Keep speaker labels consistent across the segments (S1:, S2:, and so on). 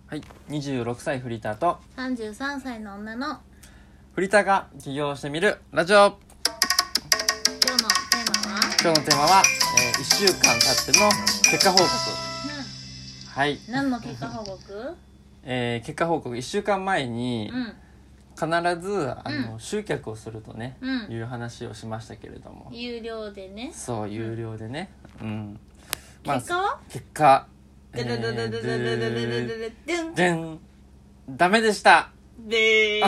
S1: はい、26歳フリーターと
S2: 33歳の女の
S1: フリーターが起業してみるラジオ。
S2: 今日のテーマは、
S1: 1週間経っての結果報告。はい、
S2: 何の結果報告？
S1: 結果報告1週間前に必ず集客をするとね、いう話をしましたけれども、
S2: 有料でね。
S1: そう、有料でね、
S2: 結果は？
S1: 結果
S2: でん
S1: ダメでした。
S2: でー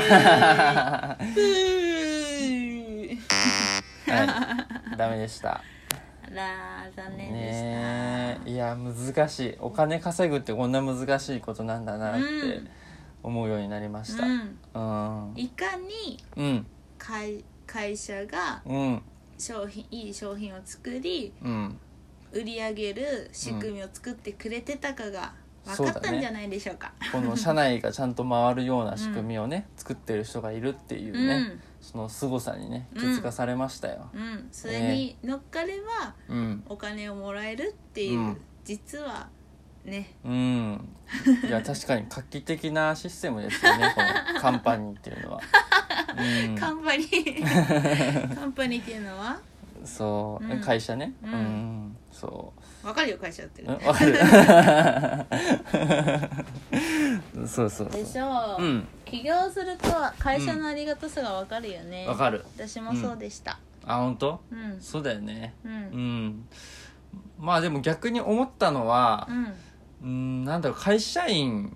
S1: はい、ダメでした。
S2: あらー、残念でした。
S1: ねえ、いや難しい。お金稼ぐってこんな難しいことなんだなって思うようになりました。
S2: いかに、会社がいい商品を作り、売り上げる仕組みを作ってくれてたかが分かったんじゃないでしょうか。
S1: この社内がちゃんと回るような仕組みをね、作ってる人がいるっていうね、その凄さにね気づかされましたよ。
S2: それに乗っかれば、お金をもらえるっていう、実はね、
S1: いや確かに画期的なシステムですよね、このカンパニーっていうのは。
S2: カンパニーっていうのは
S1: そう、会社ね。そう
S2: 分かるよ、会社って
S1: 分かる。そう
S2: でしょう、起業すると会社のありがたさが分かるよね。
S1: 分かる。
S2: 私もそうでした。
S1: あ、本当？そうだよね。まあでも逆に思ったのは、なんだろう、会社員、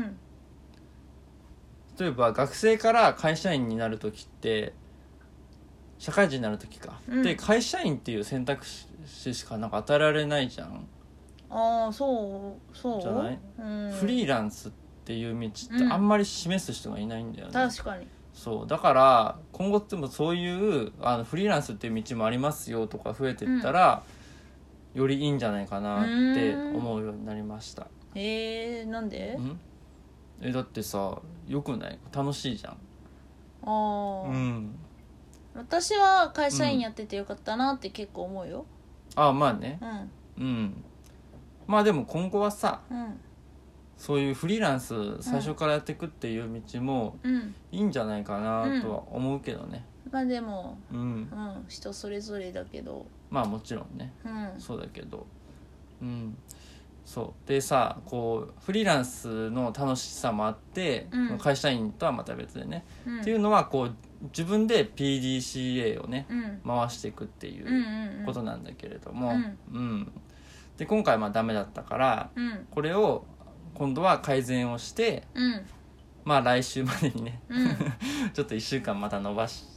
S1: 例えば学生から会社員になるときって、社会人になるときか、で会社員っていう選択肢しかなんか与えられないじゃん。
S2: ああ、そう
S1: じゃない？フリーランスっていう道ってあんまり示す人がいないんだよね。
S2: 確かに。
S1: そうだから今後でもそういうフリーランスっていう道もありますよとか増えていったら、よりいいんじゃないかなって思うようになりました。
S2: なんで？
S1: だってさ、よくない？楽しいじゃん。
S2: 私は会社員やっててよかったなって結構思うよ。
S1: まあね。まあでも今後はさ、そういうフリーランス最初からやっていくっていう道もいいんじゃないかなとは思うけどね。
S2: まあでも、人それぞれだけど、
S1: まあもちろんね、そうだけど、そうでさ、こうフリーランスの楽しさもあって、会社員とはまた別でね、っていうのはこう自分で PDCA をね、回していくっていうことなんだけれども、で今回はダメだったから、これを今度は改善をして、まあ来週までにね、ちょっと1週間また伸ばして、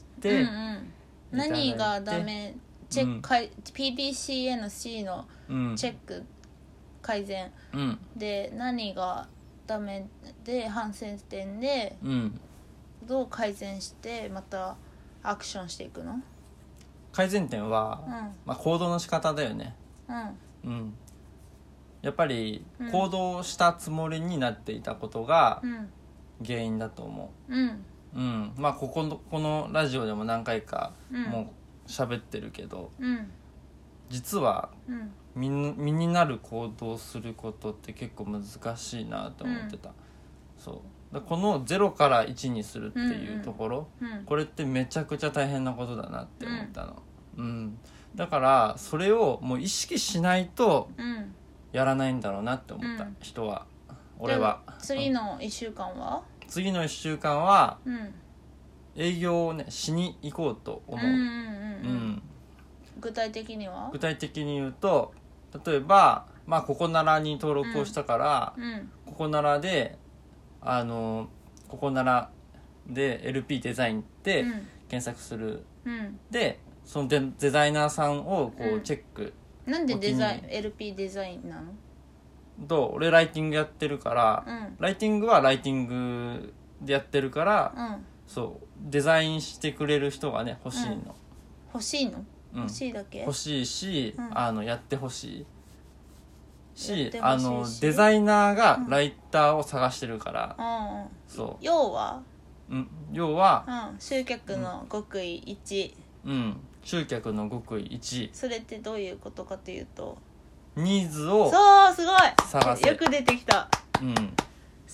S2: 何がダメ、チェック、PDCA の C のチェック、改善、で何がダメで反省点で、どう改善してまたアクションしていくの？
S1: 改善点は、行動の仕方だよね。やっぱり行動したつもりになっていたことが原因だと思う。まあこのラジオでも何回かもう喋ってるけど、実は身になる行動をすることって結構難しいなと思ってた。そうこの0から1にするっていうところ、これってめちゃくちゃ大変なことだなって思ったの。だからそれをもう意識しないとやらないんだろうなって思った、人は。俺は
S2: 次の1週間は？
S1: 次の1週間は営業をねしに行こうと思う。
S2: 具体的には？
S1: 具体的に言うと、例えばココナラに登録をしたから、ココナラでココナラで LP デザインって検索する、でそのデザイナーさんをこうチェック、
S2: なんでLP デザインなの？
S1: 俺ライティングやってるから、ライティングはライティングでやってるから、そうデザインしてくれる人がね欲しいの。
S2: 欲しいの？欲しいだけ？
S1: 欲しいし、やってほしいし、デザイナーがライターを探してるから、そう
S2: 要は、
S1: 集
S2: 客の極意1、
S1: 集客の極意1。
S2: それってどういうことかというと、
S1: ニーズを
S2: そう、すごい
S1: 探せ。
S2: よく出てきた。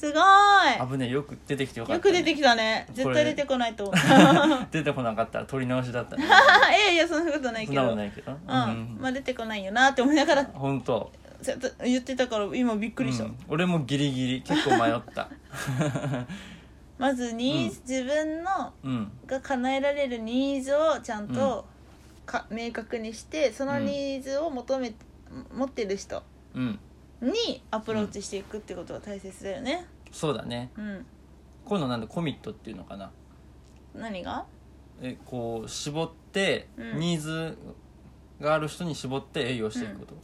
S2: すごい。
S1: 危ねえ、よく出てきてよかった、
S2: よく出てきたね。絶対出てこないと思う。
S1: 出てこなかったら取り直しだったね。
S2: いやそんなことないけど。
S1: そんなことないけど、
S2: まあ出てこないよなって思いながら
S1: 本当
S2: 言ってたから今びっくりした、
S1: 俺もギリギリ結構迷った
S2: まず自分のが叶えられるニーズをちゃんと明確にして、そのニーズを持ってる人にアプローチしていくってことが大切だよね。
S1: そうだね、こういうのなんでコミットっていうのかな。
S2: 何が
S1: こう絞って、ニーズがある人に絞って営業していくこと。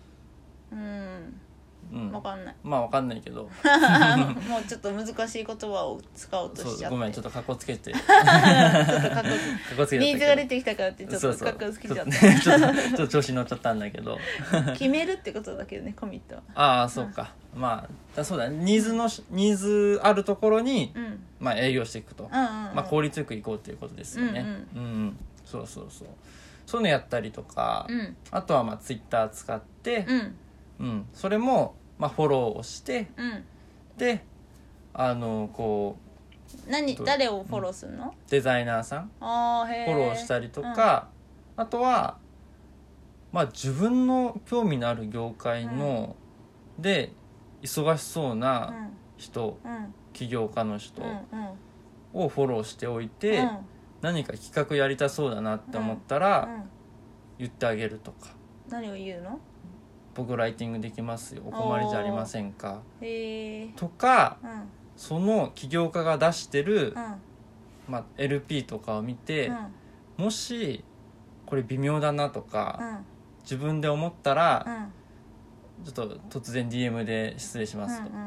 S2: 分かんない。
S1: まあ分かんないけど
S2: もうちょっと難しい言葉を使おうとしちゃって、
S1: ごめんちょっとカッコつけて
S2: ちょっとカッコつけニーズが出てきたからってちょっとカッコつけちゃって
S1: ちょっと調子に乗っちゃったんだけど
S2: 決めるってことだけどね、コミットは。
S1: ああそうか、まあそうだね、ニーズあるところに、まあ営業していくと、まあ効率よくいこうっていうことですよね。そういうのやったりとか、あとはまあツイッター使って、それもまあフォローをして、でこう
S2: 誰をフォローするの？
S1: デザイナーさんフォローしたりとか、あとはまあ自分の興味のある業界の、で忙しそうな人、起業家の人をフォローしておいて、何か企画やりたそうだなって思ったら、言ってあげるとか。
S2: 何を言うの？
S1: 僕ライティングできますよ、お困りじゃありませんか、とか、その起業家が出してる、まあ、LP とかを見て、もしこれ微妙だなとか、自分で思ったら、ちょっと突然 DM で失礼しますと、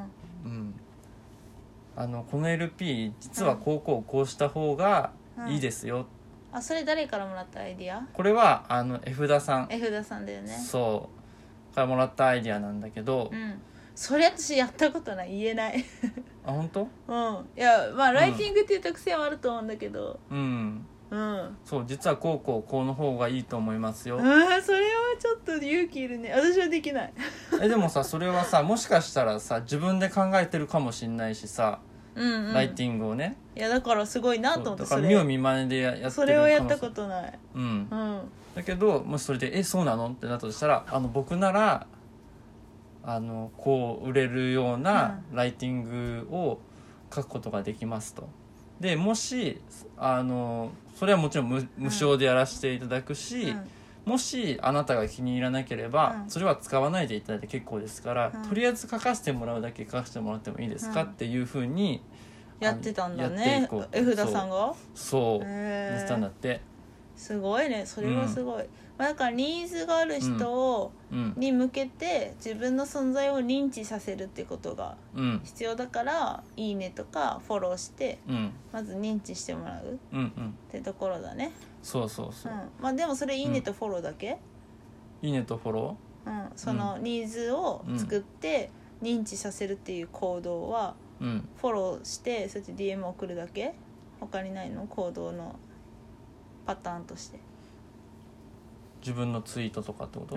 S1: この LP 実はこうした方がいいですよ、
S2: それ誰からもらったアイディア？
S1: これは絵札さん
S2: だよね。
S1: そうからもらったアイディアなんだけど、
S2: それ私やったことない、言えない
S1: 本当？
S2: いやまあライティングっていう特性はあると思うんだけど、
S1: そう実はこうの方がいいと思いますよ。
S2: それはちょっと勇気いるね。私はできない。
S1: でもさ、それはさ、もしかしたらさ自分で考えてるかもしんないしさ、ライティングをね。
S2: いやだからすごいなと思って、
S1: だから見よう見まねでやってる。
S2: それをやったことない。
S1: だけどもしそれでそうなのってなったとしたら、僕ならこう売れるようなライティングを書くことができますと。でもしそれはもちろん 無償でやらせていただくし、もしあなたが気に入らなければ、それは使わないでいただいて結構ですから、とりあえず書かせてもらうだけ書かせてもらってもいいですか、っていうふうに
S2: やってたんだね、絵札さんが。
S1: そうやってたんだって。
S2: すごいね、それはすごい。だからニーズがある人に向けて自分の存在を認知させるってことが必要だから、いいねとかフォローしてまず認知してもらうってところだね。
S1: そう、
S2: まあでもそれいいねとフォローだけ？
S1: いいねとフォロ
S2: ー、そのニーズを作って認知させるっていう行動はフォローしてそして DM 送るだけ？他にないの？行動のパターンとして。
S1: 自分のツイートとかってこと？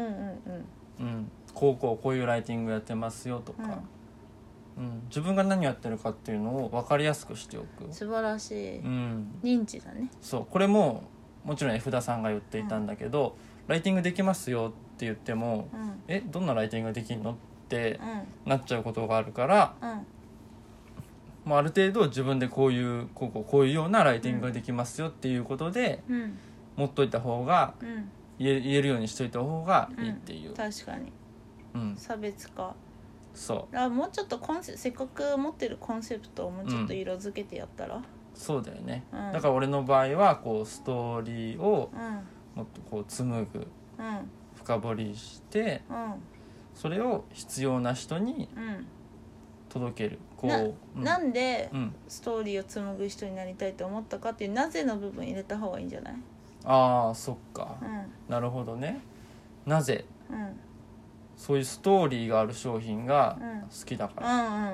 S1: こういうライティングやってますよとか、自分が何やってるかっていうのを分かりやすくしておく。
S2: 素晴らしい、認知だね。
S1: そうこれももちろん絵札さんが言っていたんだけど、ライティングできますよって言っても、どんなライティングができるのってなっちゃうことがあるから、もうある程度自分でこういうようなライティングができますよっていうことで、持っといた方が、言えるようにしといた方がいいっていう、
S2: 確かに、差別化。
S1: そう
S2: だからもうちょっとせっかく持ってるコンセプトをもうちょっと色付けてやったら、
S1: そうだよね、だから俺の場合はこうストーリーをもっとこう紡ぐ、深掘りして、それを必要な人に届ける。
S2: なんでストーリーを紡ぐ人になりたいと思ったかっていうなぜの部分入れた方がいいんじゃない？
S1: ああそっか、なるほどね。なぜ、そういうストーリーがある商品が好きだから、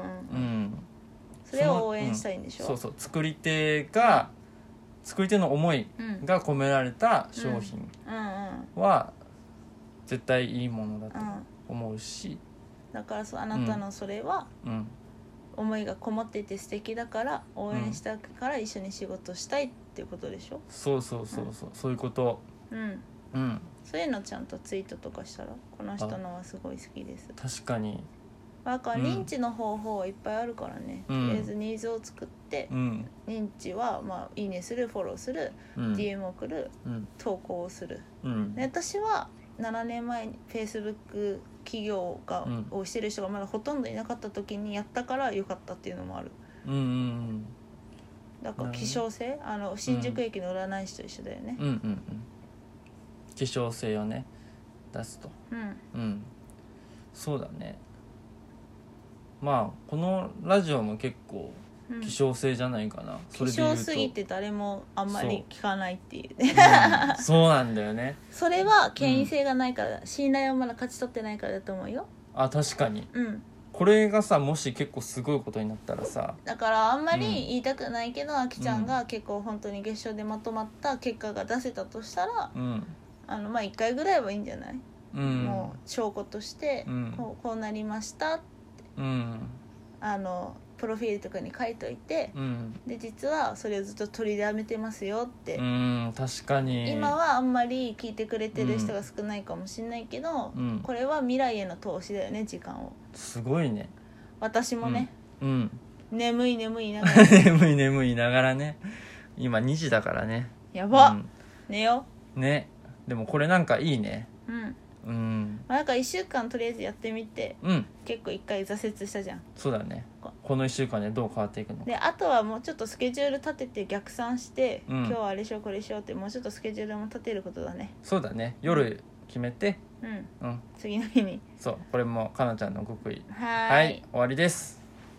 S2: それを応援したいんでしょ。
S1: そう作り手の思いが込められた商品は絶対いいものだと思うし、
S2: だからあなたのそれは、 思いがこもっていて素敵だから応援したから一緒に仕事したいっていうことでしょ。
S1: そうそうそうそう、そういうこと。
S2: そういうのちゃんとツイートとかしたらこの人のはすごい好きです。
S1: 確かに。
S2: だから認知の方法はいっぱいあるからね、とりあえずニーズを作って、認知はまあいいねする、フォローする、DM を送る、投稿をする、で私は7年前に Facebook 企業をしてる人がまだほとんどいなかった時にやったから良かったっていうのもある。だから希少性、新宿駅の占い師と一緒だよね。
S1: 希少性をね出すと。そうだね。まあこのラジオも結構希少性じゃないかな、
S2: 希少すぎて誰もあんまり聞かないっていうね。
S1: そうなんだよね。
S2: それは権威性がないから、信頼をまだ勝ち取ってないからだと思うよ。
S1: 確かに、これがさもし結構すごいことになったらさ、
S2: だからあんまり言いたくないけど、あきちゃんが結構本当に月賞でまとまった結果が出せたとしたら、まあ1回ぐらいはいいんじゃない、もう証拠として、こうなりましたって、プロフィールとかに書いといて、で実はそれをずっと取りだめてますよって。
S1: 確かに
S2: 今はあんまり聞いてくれてる人が少ないかもしれないけど、これは未来への投資だよね、時間を。
S1: すごいね。
S2: 私もね、眠い言いながら
S1: 眠い言いながらね、今2時だからね。
S2: やば、寝よ
S1: うね。でもこれなんかいいね。
S2: なんか1週間とりあえずやってみて、結構1回挫折したじゃん。
S1: そうだね。この1週間でどう変わっていくのか。
S2: であとはもうちょっとスケジュール立てて逆算して、今日はあれしようこれしようってもうちょっとスケジュールも立てることだね。
S1: そうだね。夜決めて、
S2: 次の日に。
S1: そう、これもかなちゃんの極意。
S2: はい、
S1: 終わりです。